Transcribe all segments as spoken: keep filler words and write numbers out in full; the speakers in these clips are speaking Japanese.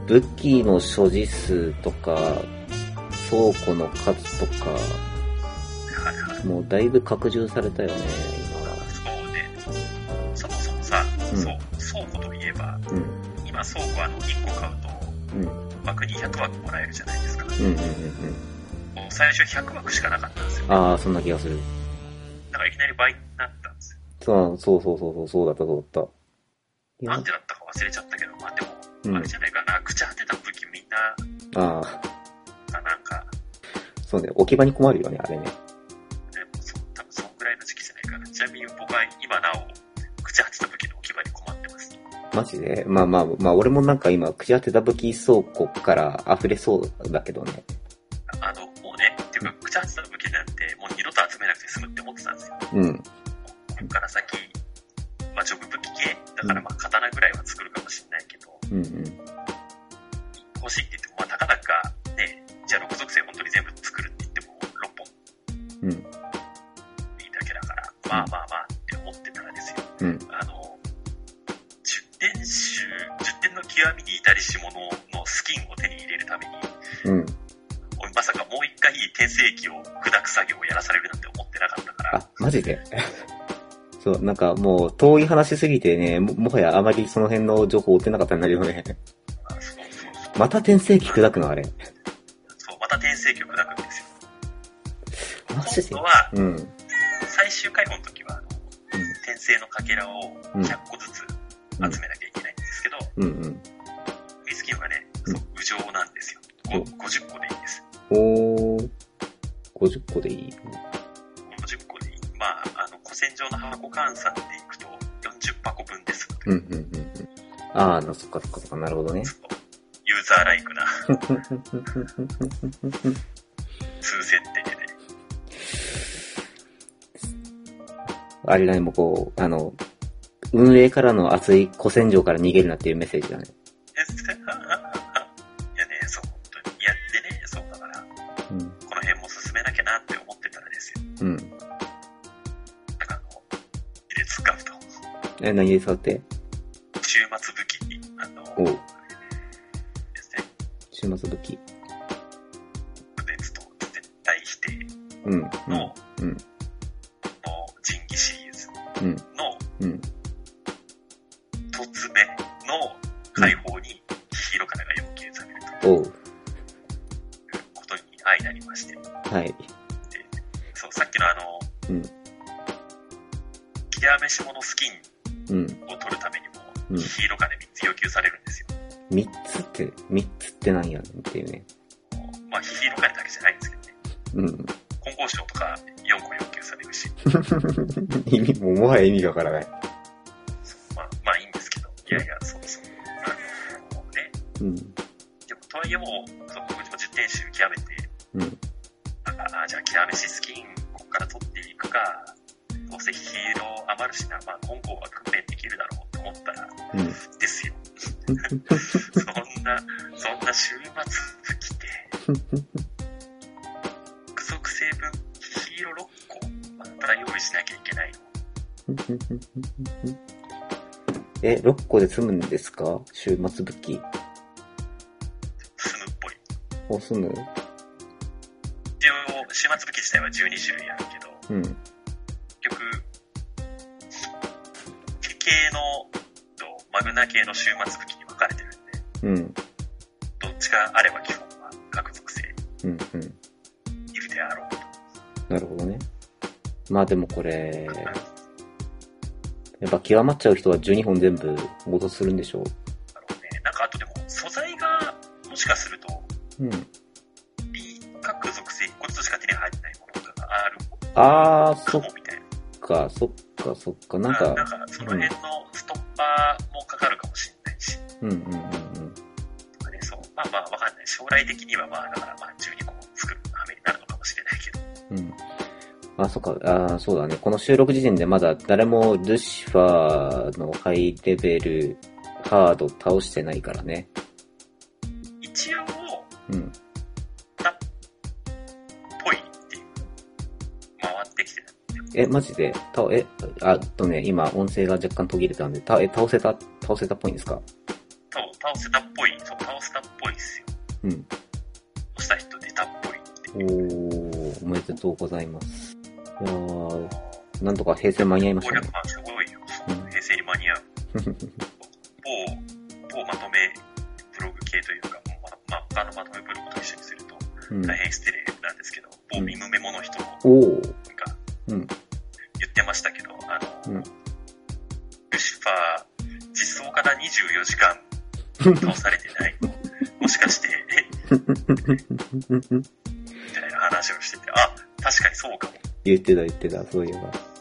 武器の所持数とか、倉庫の数とか、 はいはい、 もうだいぶ拡充されたよね、今は。 そうね。そもそもさ、 うん、 そう倉庫といえば、 うん、 今倉庫あのいっこ買うと、 うん、 枠にひゃくわくもらえるじゃないですか。 うん、うん、うん。 もう最初ひゃくわくしかなかったんですよ、ね。 ああ、そんな気がする。 だからいきなり倍になったんですよ。 そうそうそうそう、そうだった、そうだった。 なんでだったか忘れちゃったけど、まあでも、 うん、 あれじゃないかな、朽ち果てた武器みんな、 ああ、なんか、 そうね、置き場に困るよね、あれね。 でもそ、多分そんぐらいの時期じゃないかな。ちなみに僕は今なお、朽ち果てた武器の置き場に困ってます。 マジでまあまあ、まあ俺もなんか今、朽ち果てた武器倉庫から溢れそうだけどね。 あの、もうね、っていうか、朽ち果てた武器なんて、もう二度と集めなくて済むって思ってたんですよ。 うん。 こっから先、まあ、ジョブ武器系だからまあ、刀ぐらいは作るかもしれないけど、 うんうん。 欲しいって言っても、まあ、たかだか、ね、じゃあろく属性本当に全部作るって言っても、ろっぽん。 うん。 いいだけだから、まあまあまあって思ってたらですよ。 うん。 あの、じゅってん集、じゅってんの極みに至りし者のスキンを手に入れるために、 うん。 俺まさかもう一回転生機を砕く作業をやらされるなんて思ってなかったから。 あ、マジでそう、なんかもう遠い話すぎてね、も、もはやあまりその辺の情報追ってなかったんだけどね。 あ、そうそうそう。 また転生機砕くのあれ。 そう、また転生機を砕くんですよ。 マジで今度は、 うん。 最終回の時は、 うん、 転生のかけらをひゃっこずつ集めなきゃいけないんですけど、 うんうん。 ウィスキンはね、そう、無常なんですよ。ごじゅっこでいいです。 おー、ごじゅっこでいいごじゅっこでいい。まあ、あの、古戦場の箱換算でいくとよんじゅっぱこぶんです。 うんうんうんうん。ああ、そっかそっかそっか、なるほどね。 ユーザーライクな。通設定でね。 あれだね、もうこう、あの、運営からの熱い古戦場から逃げるなっていうメッセージだね。 いやね、そう、本当に。いや、でね、そうだから、うん、この辺も進めなきゃなって思ってたらですよ。 うん。 なんかあの、入れ使うと。 え、何で使って？ 終末武器に、あの、 おう。 ですね。 終末武器。 区別と絶対否定の、 うん。うん。 神器シリーズの、 うん。 突目の解放にヒーローカラが要求されると。 おう。 ことに相なりまして。 はい。 で、そう、さっきのあの、 うん。 極めし者スキンを取るためにも、うん、ヒーローカラみっつ要求されるんですよ。 みっつって、みっつって何やねんっていうね。 まあ、ヒーローカラだけじゃないんですけどね。 うん。 金剛章とかよんこ要求されるし。 意味、もうもはや意味がわからない。 そうまあ、まあいいんですけど。いやいや、そうそう。あの、ね。 うん。 でも、とはいえもう、そう僕もじゅってん集極めて、 うん。 ああ、じゃあ極めしスキン、ここから取っていくか、どうせヒーロー余るしな、まあ、金剛は訓練できるだろうと思ったら、うん、ですよ。そんな、そんな週末武器で、具足成分ヒーローろっこまた用意しなきゃいけないの。 え、ろっこで済むんですか？終末武器。 済むっぽい。 お、済む？ 一応、終末武器自体はじゅうにしゅるいあるけど、うん。結局、手系のとマグナ系の終末武器に分かれてるんで、うん。どっちかあれば基本は各属性。うんうん。いるであろうと。なるほどね。まあでもこれ、やっぱ極まっちゃう人はじゅうにほん全部戻するんでしょう。 なるほどね。なんかあとでも素材がもしかすると、うん。各属性いっこずつしか手に入ってないものがある。 あー、そっみたいな。 か、そっか、そっか、なんか。 なんかその辺のストッパーもかかるかもしれないし。うんうんうんうん。とかね、そう。まあまあわかんない。将来的にはまあだからまあじゅうにこ作る羽目になるのかもしれないけど。うん。 あ、そっか、あ、そうだね。この収録時点でまだ誰もルシファーのハイレベルハード倒してないからね。 一応、 うん。 たっぽいっていう、回ってきてた。 え、マジでた、え、あとね、今音声が若干途切れたんで、た、え、倒せた、倒せたっぽいんですか？ そう、倒せたっぽい、そう、倒せたっうん。 した人出たっぽいっていう。 おー、おめでとうございます。いやー、なんとか平成間に合いましたね。 攻略班すごいよ。うん、平成に間に合う。某、某まとめブログ系というか、ま、まあ、他のまとめブログと一緒にすると、大変失礼なんですけど、うん、某ミムメモの人が、うん、言ってましたけど、あの、うん、ルシファー、実装からにじゅうよじかん倒されてない。もしかして、みたいな話をしてて、あ、確かにそうかも。 言ってた言ってた、そういえば。よく考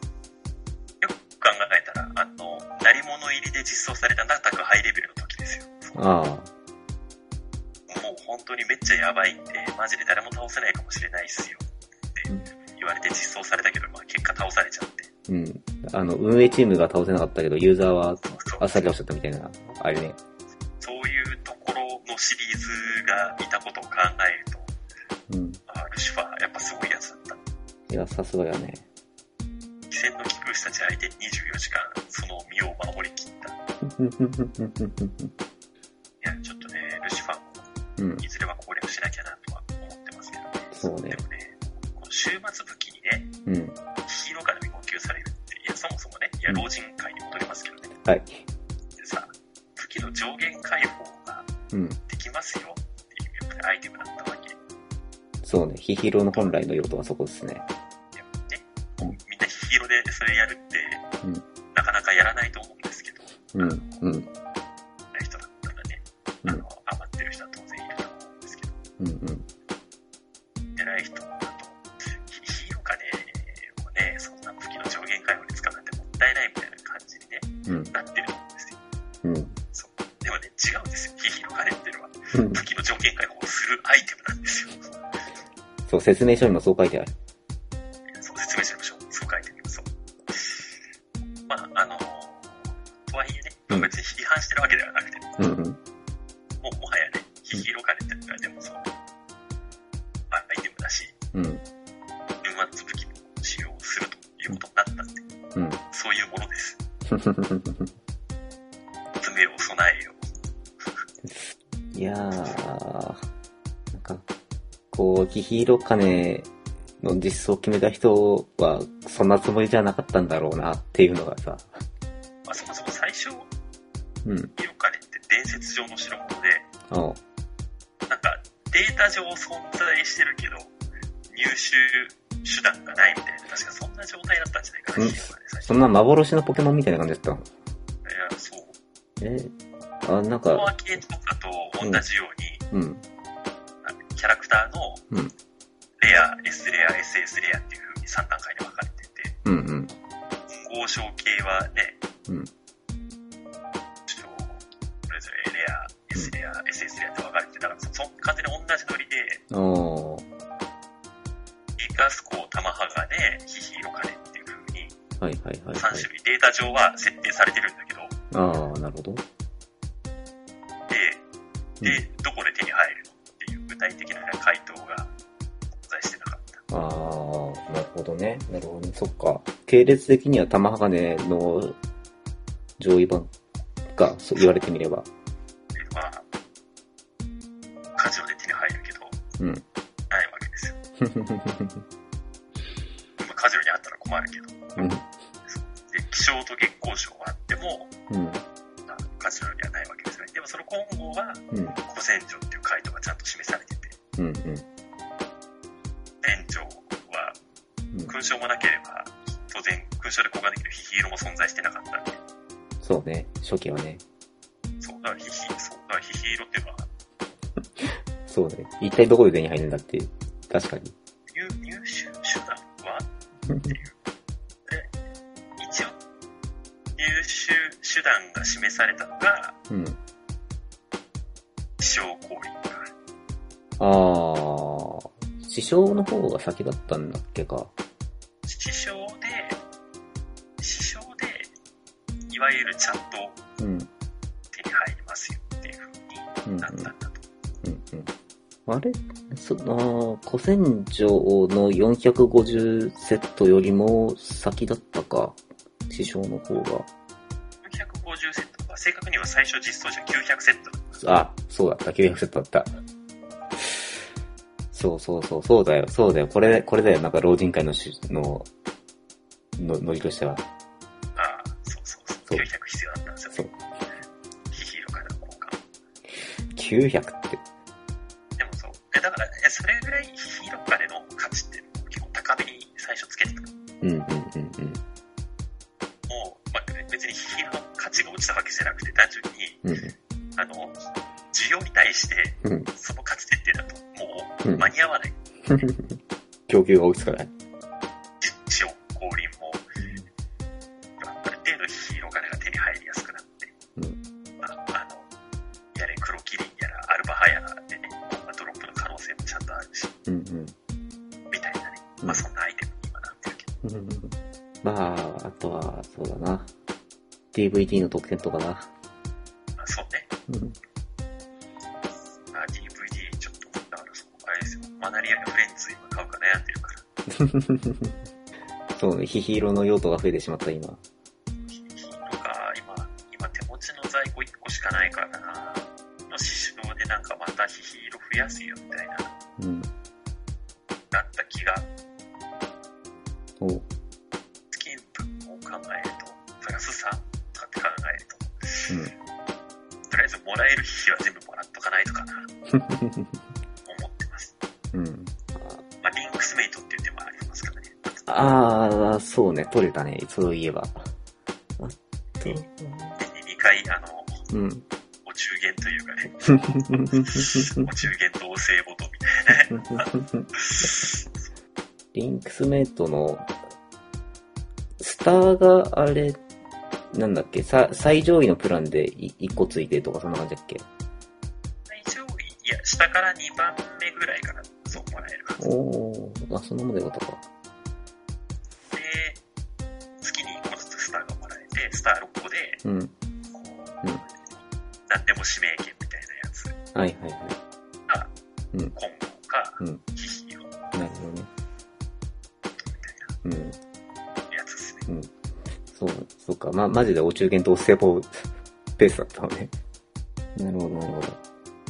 えたら、あの、鳴り物入りで実装されたナタクハイレベルの時ですよ。 ああ。 もう本当にめっちゃやばいんで、マジで誰も倒せないかもしれないっすよ。って言われて実装されたけど、まあ結果倒されちゃって。 うん。あの、運営チームが倒せなかったけど、ユーザーはあっさり倒しちゃったみたいな、あれね。 そういうところのシリーズがいたことを考えると、うん、あルシファーやっぱすごいやつだった。 いや、さすがやね。 貴船の貴空士たち相手ににじゅうよじかん、その身を守りきった。いや、ちょっとね、ルシファーも、いずれは攻略しなきゃなとは思ってますけどね。 そうね。 でもね、この週末武器にね、うん、ヒーローから要求されるって、いや、そもそもね、いや、老人会に戻りますけどね。 はい。 でさ、武器の上限解放ができますよっていう、やっぱりアイテムだったわけ。 そうね、ヒヒロの本来の用途はそこですね。 みんなヒヒロでそれやるって、うん、なかなかやらないと思うんですけど、うん、うん。ない人だったらね、あの、うん、余ってる人は当然いると思うんですけど、うんうん。偉い人だと、ヒヒロ金をね、そんな武器の上限解放に使うなんてもったいないみたいな感じにね、うん、なってると思うんですよ。うん。そう。でもね、違うんですよ。ヒヒロ金っていうのは、うん、武器の上限解放をするアイテムなんですよ。 そう、説明書にもそう書いてある。 そう、説明書にもそう書いてある。そう。まあ、あのー、とはいえね、うん、別に批判してるわけではなくて、うんうん、もう、もはやね、ヒヒロカネってのはでもそう、アイテムだし、うん。粉末武器の使用をするということになったんで、うん、そういうものです。爪を備えよう。いやー、なんか、こう、ヒヒロカネの実装を決めた人は、そんなつもりじゃなかったんだろうなっていうのがさ。 まあ、そもそも最初、うん。ヒヒロカネって伝説上の代物で、おうなんか、データ上存在してるけど、入手手段がないみたいな、確かそんな状態だったんじゃないかな、ヒヒロカネ最初。 そんな幻のポケモンみたいな感じだったの？いや、そう。 えー、あ、なんか。 コア系とかと同じように、うん。うんキャラクターの、うん、レア、S レア、エスエス レアっていう風にさん段階で分かれてて、うんうん。合唱系はね、うん。それぞれレア、S レア、うん、エスエス レアって分かれてて、だからそ、そ完全に同じノリで、おー。イカスコ、タマハガネ、ヒヒロカネっていう風に、はいはいはい、はい。さん種類、データ上は設定されてるんだけど、 あー、なるほど。 で、で、うん、どこで手に入るの具体的な回答が存在してなかった。 ああ、なるほどね。なるほどね。そっか。系列的には玉鋼の上位版がそう言われてみれば。 まあ、カジノで手に入るけど、うん、ないわけですよ。カジノにあったら困るけど。うん、で気象と月光賞はあっても、うん、カジノにはないわけですよね。でもその今後は、うん、古戦場っていう回答がちゃんと示されてて、うんうん、店長は勲章もなければ、当然勲章で交換できるヒヒーロも存在してなかったんで。 そうね、初期はね。 そう、だからヒヒ、そう、だからヒヒーロっていうのは。 そうね、一体どこで手に入るんだって、確かに。 入、入手手段はっていう。で、一応、入手手段が示されたのが、うん。師匠降臨がある。 あー、師匠の方が先だったんだっけか。 師匠で、師匠で、いわゆるちゃんと手に入りますよっていう風になったんだと。うんうんうんうん、あれその、古戦場のよんひゃくごじゅうセットよりも先だったか、師匠の方が。よんひゃくごじゅうセットか、正確には最初実装者きゅうひゃくセットだった。 あ、そうだった、きゅうひゃくセットだった。 そうそうそう、そうだよ、そうだよ。これ、これだよ、なんか老人会のし、の、の、ノリとしては。 ああ、そうそうそう。そうきゅうひゃく必要だったんですよね。そう。ヒヒーローからの交換。 きゅうひゃくって。 でもそう。え、だから、え、それぐらいヒヒーローからの価値って結構高めに最初つけてた。 うんうんうんうん。もう、まあ、別にヒヒーローの価値が落ちたわけじゃなくて、単純に、うん、あの、需要に対して、その価値設定だと、もう間に合わない。 うん、供給が追いつかない。 地方降臨も、ある程度ヒーロー金が手に入りやすくなって、うんまあ、あの、やれ黒キリンやらアルバハやらでね、ドロップの可能性もちゃんとあるし、うんうん、みたいなね、まあそんなアイテムに今なってるけど。うんうん、 まあ、あとは、そうだな。ディーブイディー の特典とかな。 あ、そうね。うんマナリアがフレンズ今買うか悩んでるから。 そうね、ヒヒーローの用途が増えてしまった今。 ヒヒーローが今、今手持ちの在庫いっこしかないからな。の指標でなんかまたヒヒーロー増やすよみたいな。うん。だった気が。 おスキン分を考えると、プラスさんとかって考えると。うん。とりあえずもらえるヒヒは全部もらっとかないとかな。うん。まあ、リンクスメイトっていう手もありますからね。 ああ、そうね、取れたね、そういえば。 あとにかい、あの、うん、お中元というかね、お中元同性ボトみたいなね。 リンクスメイトの、スターがあれ、なんだっけ、さ最上位のプランでいっこついてとかそんな感じだっけ？ 最上位、いや、下からにばんめぐらいから。そうもらえるはず。 おー、あ、そんなもんでよかったか。 で、月にいっこずつスターがもらえて、スターろっこで、うん。こう、うん、何でも指名権みたいなやつ。 はいはいはい。 が、うん。コンボか、うん。ヒヒーロー。 なるほどね。 みたいな。うん。やつですね。うん。 そう、そうか。ま、マジでお中元とセボペースだったのね。なるほどなるほど。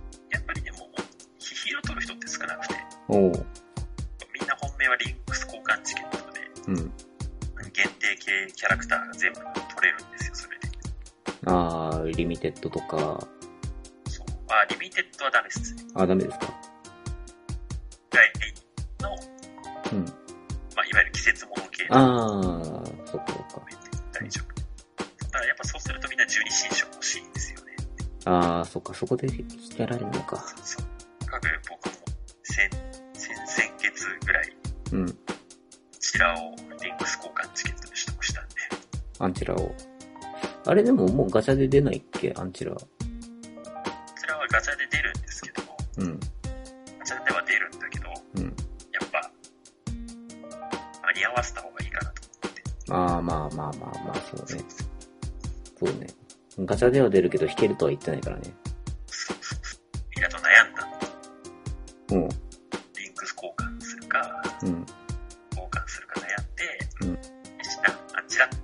おみんな本命はリンクス交換チケットで、うん、限定系キャラクターが全部取れるんですよ、それで。 あー、リミテッドとか。 そう。あ、リミテッドはダメっすね。 あ、ダメですか。 外の、うん。まあ、いわゆる季節物系の。あー、そっかそっか。 大丈夫。だからやっぱそうするとみんなじゅうに新章欲しいんですよね。 あー、そっか、そこでやられるのか。 そうそう。各僕も先、先々月ぐらい、うん。こちらをリンクス交換チケットで取得したんで。 アンチラを。あれでももうガチャで出ないっけ、アンチラ。アンチラはガチャで出るんですけど、うん。ガチャでは出るんだけど、うん。やっぱ、間に合わせた方がいいかなと思って。 ああ、まあまあまあまあ、そうね。そうね。ガチャでは出るけど引けるとは言ってないからね。 そうそうそう。みんなと悩んだ。 うん。 リンクス交換するか、うん。交換するか悩んで、うん。よしな、アンチラ。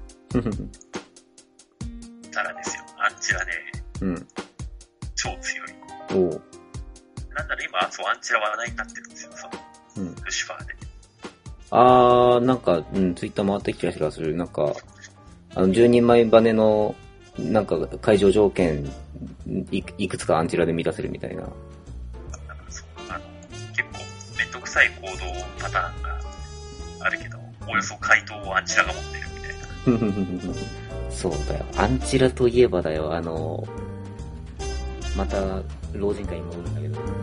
たらですよ、アンチラね、うん。超強い。 おう。 なんだろ、今、そう、アンチラ話題になってるんですよ、その、うん。ルシファーで。 あー、なんか、うん、ツイッター回ってきた気がする。なんか、あの、じゅうにんまいバネの、なんか、解除条件い、いくつかアンチラで満たせるみたいな。 そう、あの、結構、めんどくさい行動パターンがあるけど、およそ回答をアンチラが持ってるみたいな。 そうだよ。アンチラといえばだよ、あの、また、老人会に戻るんだけど、